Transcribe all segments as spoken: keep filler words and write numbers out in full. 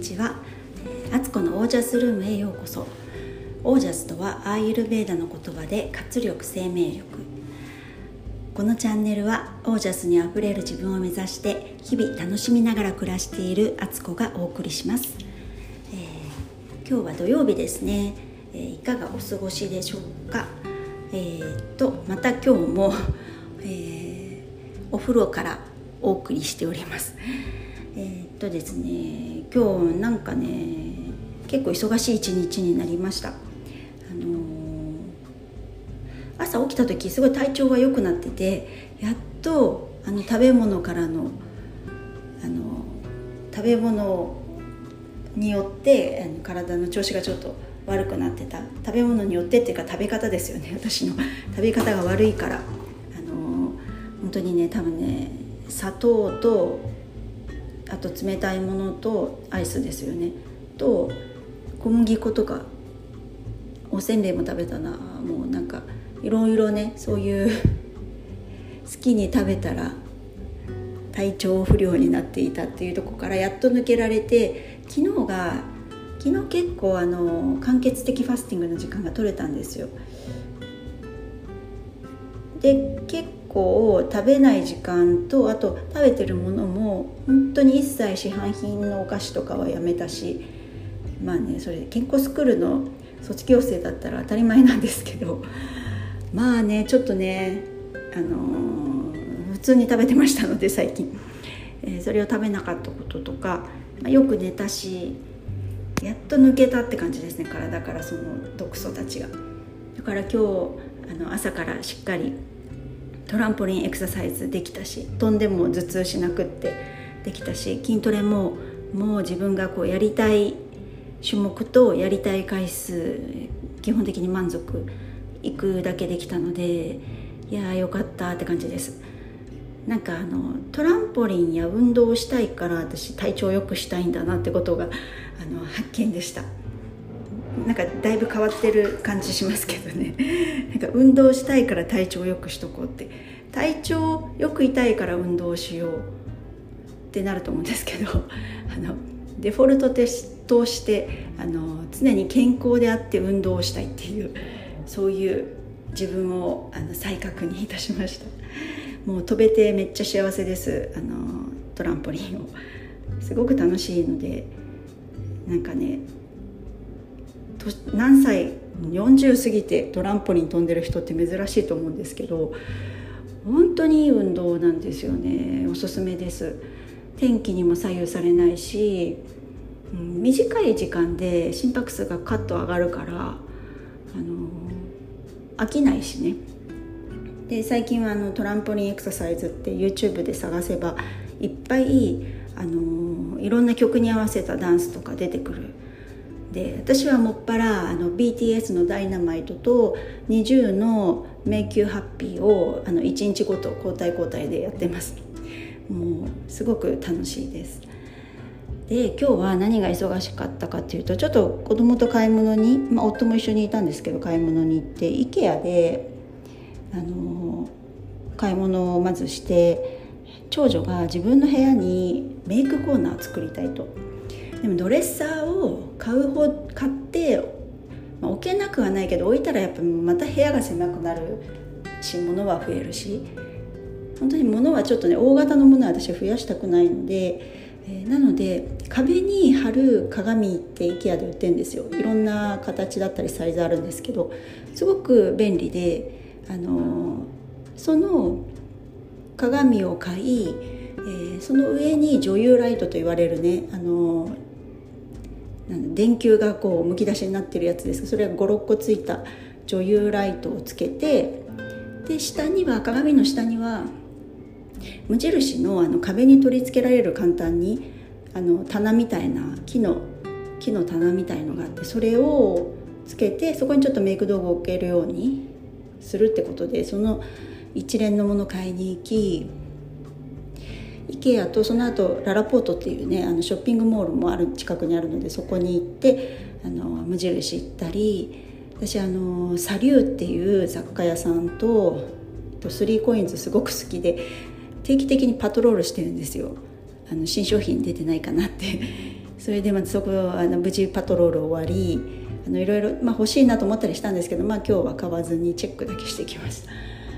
ちは。あつこのオージャスルームへようこそ。オージャスとはアーユルヴェーダの言葉で活力、生命力。このチャンネルはオージャスにあふれる自分を目指して日々楽しみながら暮らしているあつこがお送りします。えー、今日は土曜日ですね。えー、いかがお過ごしでしょうか。えー、とまた今日も、えー、お風呂からお送りしております。えー、っとですね今日なんかね結構忙しい一日になりました。あのー、朝起きた時すごい体調が良くなってて、やっとあの食べ物からのあの食べ物によってあの体の調子がちょっと悪くなってた。食べ物によってっていうか食べ方ですよね。私の食べ方が悪いから、あのー、本当にね多分ね砂糖とあと冷たいものとアイスですよねと小麦粉とかおせんべいも食べたな。もうなんかいろいろねそういう好きに食べたら体調不良になっていたっていうところからやっと抜けられて、昨日が昨日結構あの間欠的ファスティングの時間が取れたんですよ。で結構食べない時間と、あと食べてるものも本当に一切市販品のお菓子とかはやめたし、まあねそれ健康スクールの卒業生だったら当たり前なんですけど、まあねちょっとねあのー、普通に食べてましたので最近、えー、それを食べなかったこととか、まあ、よく寝たしやっと抜けたって感じですね、体からその毒素たちが。だから今日あの朝からしっかりトランポリンエクササイズできたし、飛んでも頭痛しなくってできたし、筋トレももう自分がこうやりたい種目とやりたい回数基本的に満足いくだけできたので、いやーよかったって感じです。なんかあのトランポリンや運動をしたいから私体調を良くしたいんだなってことがあの発見でした。なんかだいぶ変わってる感じしますけどね。なんか運動したいから体調を良くしとこうって、体調良くいたいから運動しようってなると思うんですけど、あのデフォルトとしてあの常に健康であって運動をしたいっていう、そういう自分をあの再確認いたしました。もう飛べてめっちゃ幸せです。あのトランポリンをすごく楽しいので、なんかね何歳よんじゅう過ぎてトランポリン飛んでる人って珍しいと思うんですけど、本当にいい運動なんですよね。おすすめです。天気にも左右されないし、うん、短い時間で心拍数がカッと上がるから、あの飽きないしね。で最近はあのトランポリンエクササイズって YouTube で探せばいっぱいあのいろんな曲に合わせたダンスとか出てくる。で私はもっぱらあの ビーティーエス のダイナマイトとニジューの Make You Happy をあのいちにちごと交代交代でやってます。もうすごく楽しいです。で今日は何が忙しかったかっていうと、ちょっと子供と買い物に、まあ、夫も一緒にいたんですけど買い物に行って IKEA であの買い物をまずして、長女が自分の部屋にメイクコーナーを作りたいと。でもドレッサーを買う方買って、まあ、置けなくはないけど置いたらやっぱまた部屋が狭くなるし物は増えるし、本当に物はちょっとね大型のものは私は増やしたくないので、えー、なので壁に貼る鏡って IKEA で売ってるんですよ。いろんな形だったりサイズあるんですけどすごく便利で、あのー、その鏡を買い、えー、その上に女優ライトと言われるね、あのー電球がこうむき出しになってるやつです。それがごろっこついた女優ライトをつけて、で下には鏡の下には無印 の, あの壁に取り付けられる簡単にあの棚みたいな木の木の棚みたいのがあって、それをつけてそこにちょっとメイク道具を置けるようにするってことで、その一連のものを買いに行き、IKEA とその後ララポートっていうねあのショッピングモールもある近くにあるのでそこに行ってあの無印行ったり、私あのサリューっていう雑貨屋さんとスリーコインズすごく好きで定期的にパトロールしてるんですよ。あの新商品出てないかなってそれでまたそこあの無事パトロール終わり、あのいろいろ、まあ、欲しいなと思ったりしたんですけど、まあ、今日は買わずにチェックだけしてきました。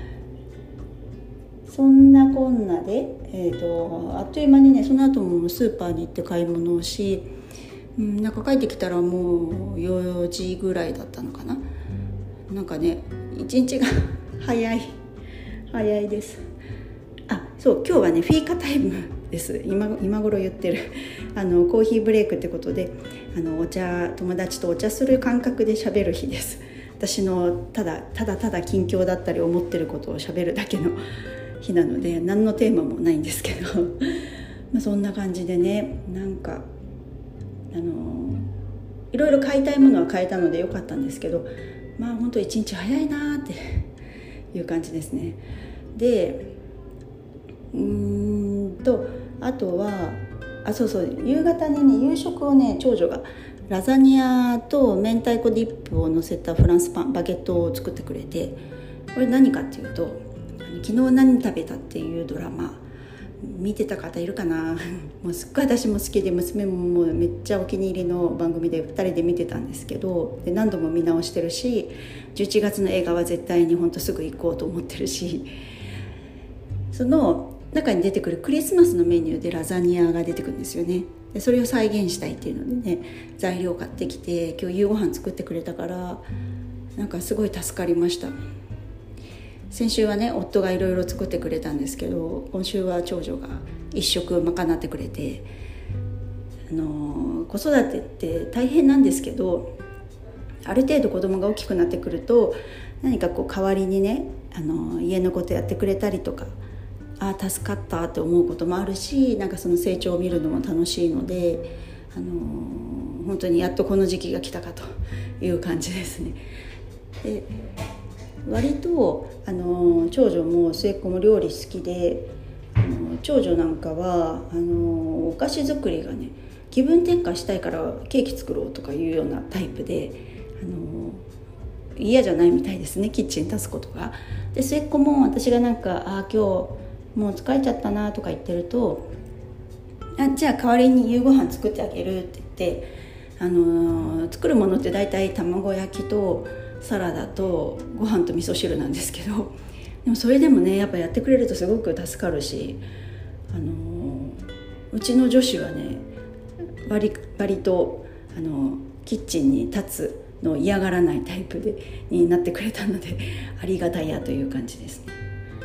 そんなこんなで、えーと、あっという間にね、その後もスーパーに行って買い物をし、うん、なんか帰ってきたらもうよじぐらいだったのかな。なんかね、一日が早い早いです。あ、そう今日はねフィーカタイムです。今今頃言ってるあのコーヒーブレイクってことで、あのお茶友達とお茶する感覚で喋る日です。私のただただただ近況だったり思ってることを喋るだけの日なので、何のテーマもないんですけどまあそんな感じでね、なんかあのいろいろ買いたいものは買えたのでよかったんですけど、まあ本当一日早いなっていう感じですね。でうーんとあとはあそうそう夕方にね夕食をね長女がラザニアと明太子ディップを乗せたフランスパンバゲットを作ってくれて、これ何かっていうと昨日何食べたっていうドラマ見てた方いるかなもうすっごい私も好きで、娘ももうめっちゃお気に入りの番組でふたりで見てたんですけど、で何度も見直してるし、じゅういちがつの映画は絶対に本当すぐ行こうと思ってるし、その中に出てくるクリスマスのメニューでラザニアが出てくるんですよね。でそれを再現したいっていうのでね、材料買ってきて今日夕ご飯作ってくれたから、なんかすごい助かりました。先週はね夫がいろいろ作ってくれたんですけど、今週は長女が一食賄ってくれて、あの子育てって大変なんですけど、ある程度子供が大きくなってくると何かこう代わりにね、あの家のことやってくれたりとか、ああ助かったって思うこともあるし、なんかその成長を見るのも楽しいので、あの本当にやっとこの時期が来たかという感じですね。で割とあの長女も末っ子も料理好きで、あの長女なんかはあのお菓子作りがね気分転換したいからケーキ作ろうとかいうようなタイプで、あの嫌じゃないみたいですね、キッチンに立つことが。で末っ子も私がなんかあ今日もう疲れちゃったなとか言ってると、あじゃあ代わりに夕ご飯作ってあげるって言って、あの作るものって大体卵焼きとサラダとご飯と味噌汁なんですけど、でもそれでもねやっぱやってくれるとすごく助かるし、あのうちの女子はね割割とあのキッチンに立つのを嫌がらないタイプでになってくれたのでありがたいやという感じですね。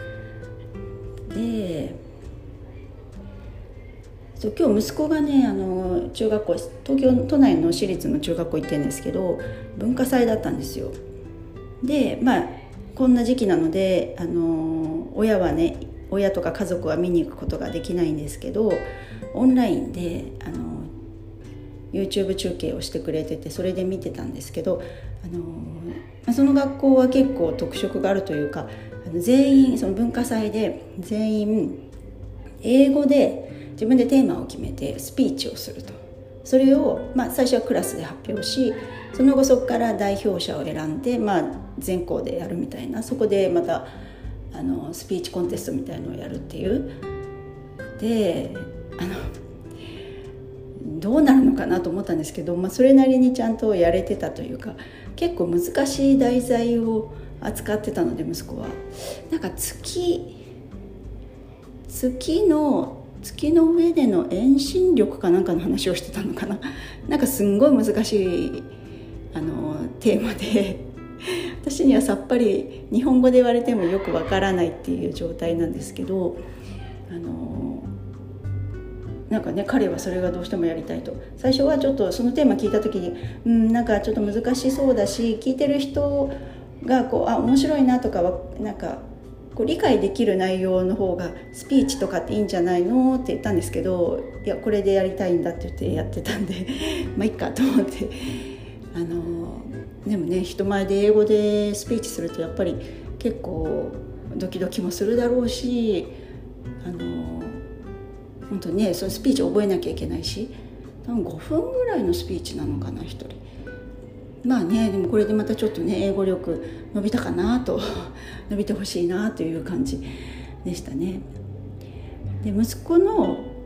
でそう今日息子がねあの中学校東京都内の私立の中学校行ってるんですけど、文化祭だったんですよ。でまあこんな時期なのであの親はね親とか家族は見に行くことができないんですけど、オンラインであの YouTube 中継をしてくれてて、それで見てたんですけど、あのその学校は結構特色があるというか、あの全員その文化祭で全員英語で自分でテーマを決めてスピーチをすると。それを、まあ、最初はクラスで発表し、その後そこから代表者を選んで、まあ、全校でやるみたいな、そこでまたあのスピーチコンテストみたいのをやるっていう。であのどうなるのかなと思ったんですけど、まあ、それなりにちゃんとやれてたというか、結構難しい題材を扱ってたので、息子はなんか月月の月の上での遠心力かなんかの話をしてたのかな。なんかすんごい難しいあのテーマで私にはさっぱり日本語で言われてもよくわからないっていう状態なんですけど、あのなんかね彼はそれがどうしてもやりたいと。最初はちょっとそのテーマ聞いた時にうんなんかちょっと難しそうだし、聞いてる人がこうあ面白いなとかはなんかこう理解できる内容の方がスピーチとかっていいんじゃないのって言ったんですけど、いやこれでやりたいんだって言ってやってたんでまあいいかと思って、あのでもね人前で英語でスピーチするとやっぱり結構ドキドキもするだろうし、あの本当ねそのスピーチ覚えなきゃいけないし、多分ごふんぐらいのスピーチなのかなひとり。まあねでもこれでまたちょっとね英語力伸びたかなと伸びてほしいなという感じでしたね。で息子の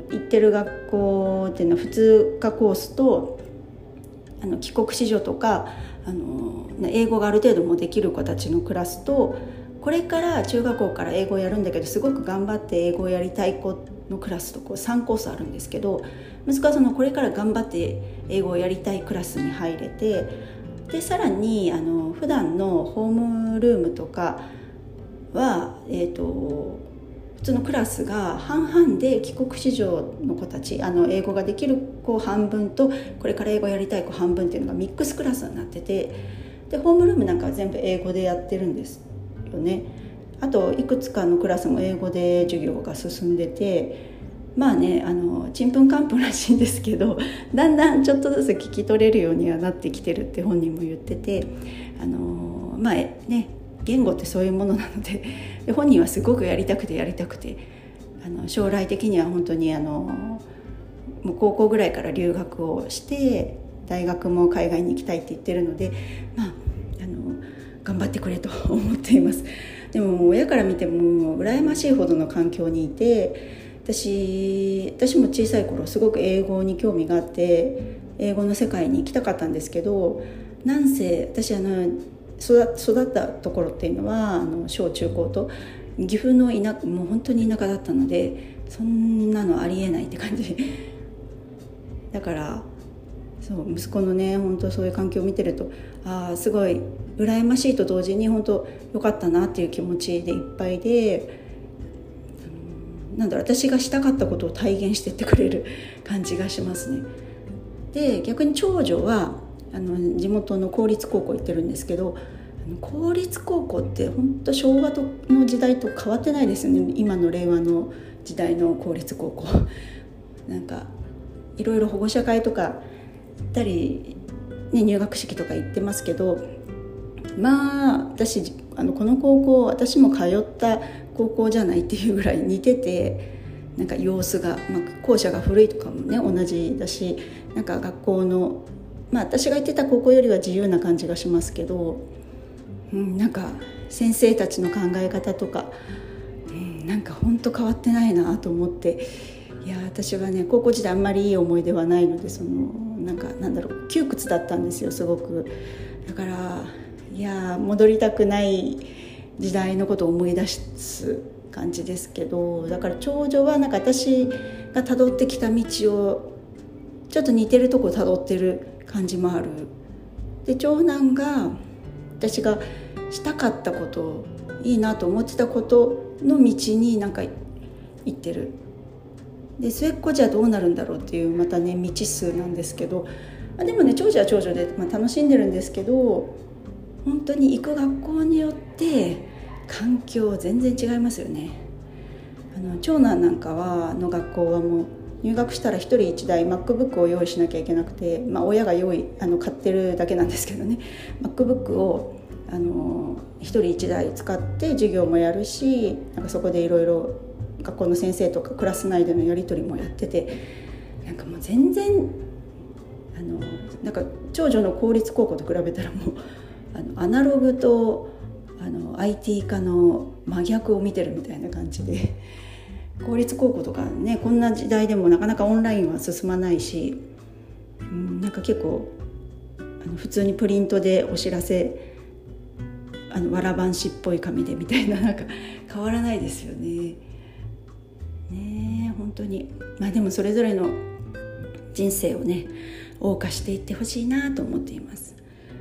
行ってる学校っていうのは普通科コースとあの帰国子女とかあの英語がある程度もできる子たちのクラスと、これから中学校から英語をやるんだけどすごく頑張って英語をやりたい子のクラスとこうさんコースあるんですけど、息子はそのこれから頑張って英語をやりたいクラスに入れて、でさらにあの普段のホームルームとかは、えーと、普通のクラスが半々で帰国子女の子たち、あの英語ができる子半分とこれから英語やりたい子半分っていうのがミックスクラスになってて、でホームルームなんかは全部英語でやってるんですよね。あといくつかのクラスも英語で授業が進んでて、まあね、あのちんぷんかんぷんらしいんですけど、だんだんちょっとずつ聞き取れるようにはなってきてるって本人も言ってて、あのまあね、言語ってそういうものなの で, で本人はすごくやりたくてやりたくて、あの将来的には本当にあのもう高校ぐらいから留学をして大学も海外に行きたいって言ってるので、まあ、あの頑張ってくれと思っています。でも親から見ても羨ましいほどの環境にいて、私, 私も小さい頃すごく英語に興味があって英語の世界に行きたかったんですけど、なんせ私あの 育, 育ったところっていうのはあの小中高と岐阜の田もう本当に田舎だったので、そんなのありえないって感じだから、そう息子のね本当そういう環境を見てると、ああすごい羨ましいと同時に本当良かったなっていう気持ちでいっぱいで、なんだろう、私がしたかったことを体現してってくれる感じがしますね。で逆に長女はあの地元の公立高校行ってるんですけど、公立高校って本当昭和の時代と変わってないですよね。今の令和の時代の公立高校なんかいろいろ保護者会とか行ったり、ね、入学式とか行ってますけど、まあ私あのこの高校私も通った高校じゃないっていうぐらい似てて、なんか様子が、まあ、校舎が古いとかもね同じだし、なんか学校の、まあ、私が行ってた高校よりは自由な感じがしますけど、うん、なんか先生たちの考え方とか、うん、なんか本当変わってないなと思って、いや私はね高校時代あんまりいい思い出はないので、そのなんかなんだろう窮屈だったんですよすごく。だからいや戻りたくない時代のことを思い出す感じですけど、だから長女はなんか私が辿ってきた道をちょっと似てるとこ辿ってる感じもある。で長男が私がしたかったこと、いいなと思ってたことの道になんか行ってる。で末っ子じゃどうなるんだろうっていうまたね未知数なんですけど、まあ、でもね長女は長女で、まあ、楽しんでるんですけど、本当に行く学校によって環境全然違いますよね。あの長男なんかはの学校はもう入学したらひとりいちだい MacBook を用意しなきゃいけなくて、まあ、親が用意あの買ってるだけなんですけどね、 MacBook をあのひとりいちだい使って授業もやるし、なんかそこでいろいろ学校の先生とかクラス内でのやり取りもやってて、なんかもう全然あのなんか長女の公立高校と比べたらもうあのアナログとあの アイティー 化の真逆を見てるみたいな感じで、公立高校とかねこんな時代でもなかなかオンラインは進まないし、うん、なんか結構あの普通にプリントでお知らせあのわらばんしっぽい紙でみたいな、なんか変わらないですよね。ねえ本当に、まあでもそれぞれの人生をね謳歌していってほしいなと思っています。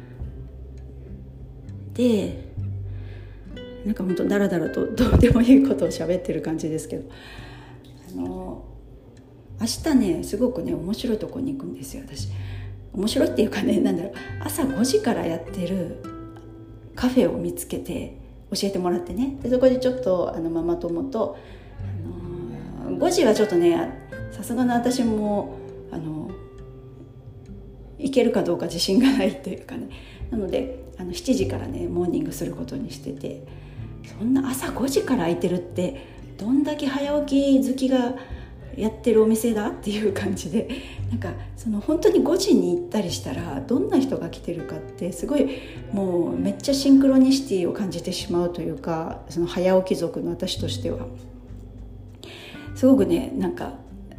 でなんか本当だらだらとどうでもいいことを喋ってる感じですけど、あの明日ねすごくね面白いとこに行くんですよ。私面白いっていうかね、なんだろう、朝ごじからやってるカフェを見つけて教えてもらってね、でそこでちょっとあのママ友と、あのごじはちょっとねさすがの私もあの行けるかどうか自信がないっていうかね、なのであのしちじからねモーニングすることにしてて、そんな朝ごじから空いてるってどんだけ早起き好きがやってるお店だっていう感じで、なんかその本当にごじに行ったりしたらどんな人が来てるかってすごいもうめっちゃシンクロニシティを感じてしまうというか、その早起き族の私としてはすごくねなんか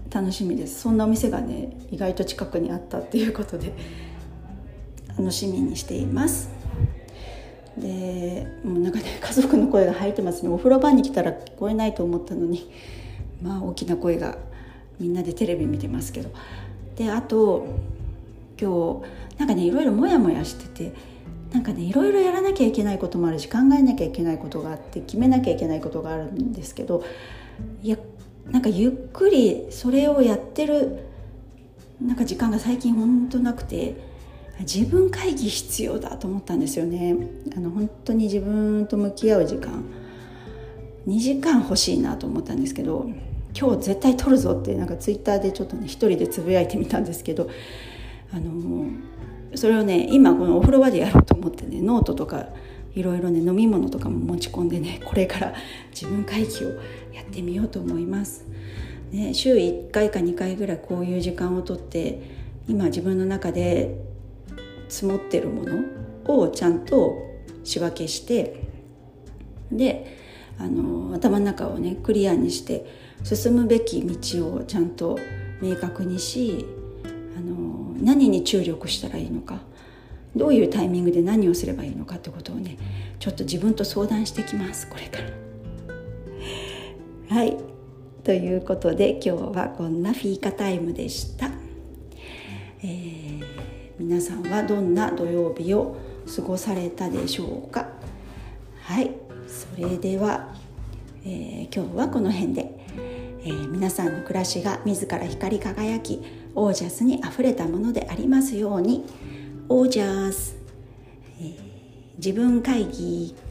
楽しみです。そんなお店がね意外と近くにあったっていうことで楽しみにしています。でもうなんかね家族の声が入ってますね。お風呂場に来たら聞こえないと思ったのに、まあ大きな声がみんなでテレビ見てますけど。であと今日なんかねいろいろモヤモヤしてて、なんかねいろいろやらなきゃいけないこともあるし、考えなきゃいけないことがあって、決めなきゃいけないことがあるんですけど、いやなんかゆっくりそれをやってるなんか時間が最近ほんとなくて、自分会議必要だと思ったんですよね。あの本当に自分と向き合う時間にじかん欲しいなと思ったんですけど、今日絶対取るぞってなんかツイッターでちょっとね一人でつぶやいてみたんですけど、あのそれをね今このお風呂場でやろうと思ってね、ノートとかいろいろね飲み物とかも持ち込んでね、これから自分会議をやってみようと思います、ね、週いっかいかにかいぐらいこういう時間をとって、今自分の中で積もってるものをちゃんと仕分けして、であの頭の中をねクリアにして進むべき道をちゃんと明確にし、あの何に注力したらいいのか、どういうタイミングで何をすればいいのかってことをねちょっと自分と相談してきます、これからはい、ということで今日はこんなフィーカタイムでした、えー、皆さんはどんな土曜日を過ごされたでしょうか。はい、それでは、えー、今日はこの辺で、えー、皆さんの暮らしが自ら光り輝きオージャスにあふれたものでありますように。オージャス、えー、自分会議